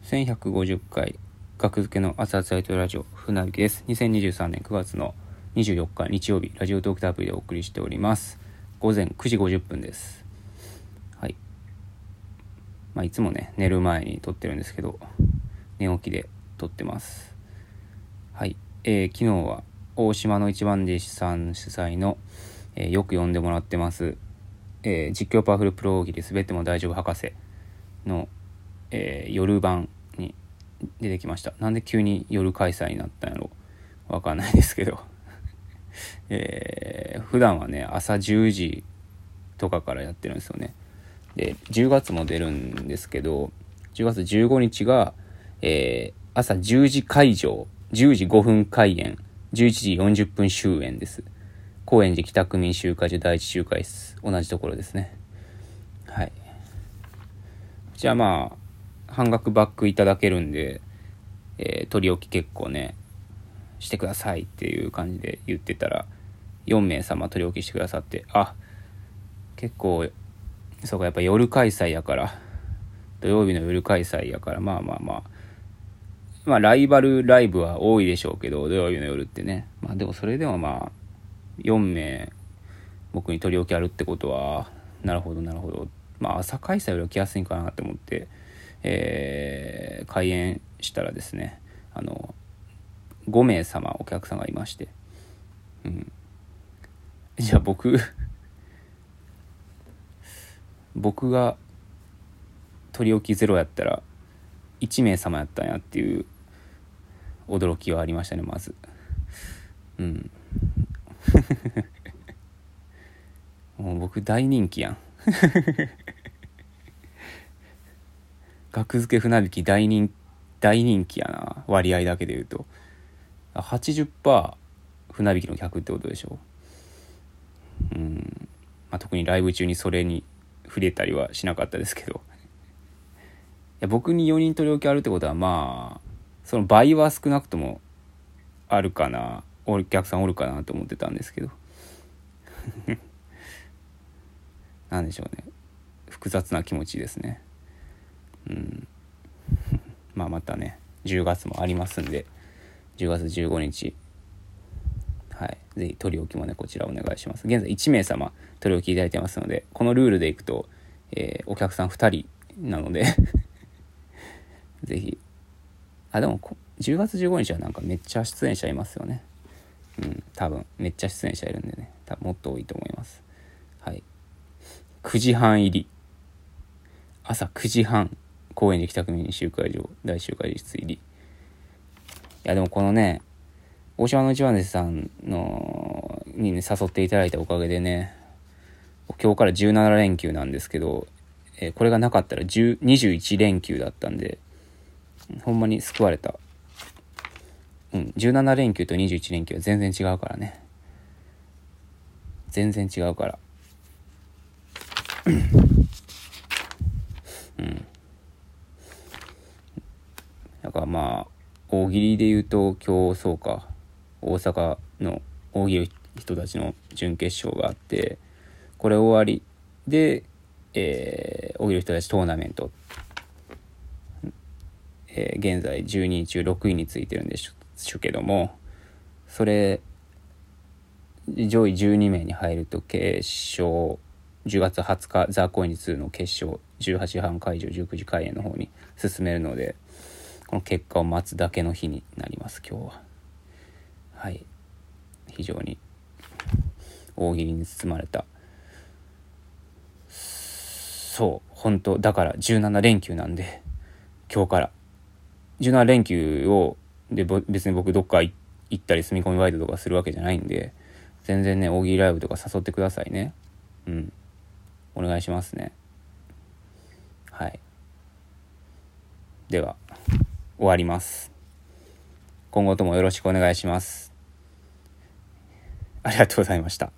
1150回学付けの熱々アイドルラジオ船引きです。2023年9月の24日日曜日、ラジオトークターアプリでお送りしております。午前9時50分です。はい。いつもね寝る前に撮ってるんですけど、寝起きで撮ってます。はい。昨日は大島の一番弟子さん主催の、よく読んでもらってます、実況パワフルプロ大喜利すべても大丈夫博士の、夜版に出てきました。なんで急に夜開催になったんやろわかんないですけど、普段はね朝10時とかからやってるんですよね。で10月も出るんですけど、10月15日が、朝10時開場、10時5分開演、11時40分終演です。高円寺北区民集会所第一集会室、同じところですね。はい。じゃあ半額バックいただけるんで、取り置き結構ねしてくださいっていう感じで言ってたら、4名様取り置きしてくださって、結構そうか、やっぱ夜開催やから、土曜日の夜開催やから、ライバルライブは多いでしょうけど、土曜日の夜ってね。でもそれでも4名僕に取り置きあるってことは、なるほど。朝開催よりは来やすいんかなって思って、開演したらですね、5名様お客さんがいまして、じゃあ僕が取り置きゼロやったら1名様やったんやっていう驚きはありましたね。まずもう僕大人気やん学付け船引き大人気やな。割合だけで言うと 80% 船引きの客ってことでしょ。特にライブ中にそれに触れたりはしなかったですけど、いや僕に4人取り置きあるってことはその倍は少なくともあるかな、お客さんおるかなと思ってたんですけどなんでしょうね、複雑な気持ちですね。またね10月もありますんで、10月15日、ぜひ取り置きもねこちらお願いします。現在1名様取り置きいただいてますので、このルールでいくと、お客さん2人なのでぜひ。でも10月15日はなんかめっちゃ出演者いますよね。多分めっちゃ出演者いるんでね、多分もっと多いと思います。はい。9時半入り、朝9時半、高円寺北区民集会所大集会室入り。いやでもこのね大島の一番弟子さんにね誘っていただいたおかげでね、今日から17連休なんですけど、これがなかったら21連休だったんで、ほんまに救われた。17連休と21連休は全然違うからね。全然違うからだから大喜利で言うと今日そうか、大阪の大喜利人たちの準決勝があって、これ終わりで、大喜利人たちトーナメント、現在12位中6位についてるんでしょけども、それ上位12名に入ると決勝、10月20日ザ・高円寺2の決勝、18時半会場19時開演の方に進めるので、この結果を待つだけの日になります今日は。はい。非常に大喜利に包まれた、本当だから17連休なんで、今日から17連休をで別に僕どっか行ったり住み込みバイトとかするわけじゃないんで、全然ね大喜利ライブとか誘ってくださいね。お願いしますね。はい。では終わります。今後ともよろしくお願いします。ありがとうございました。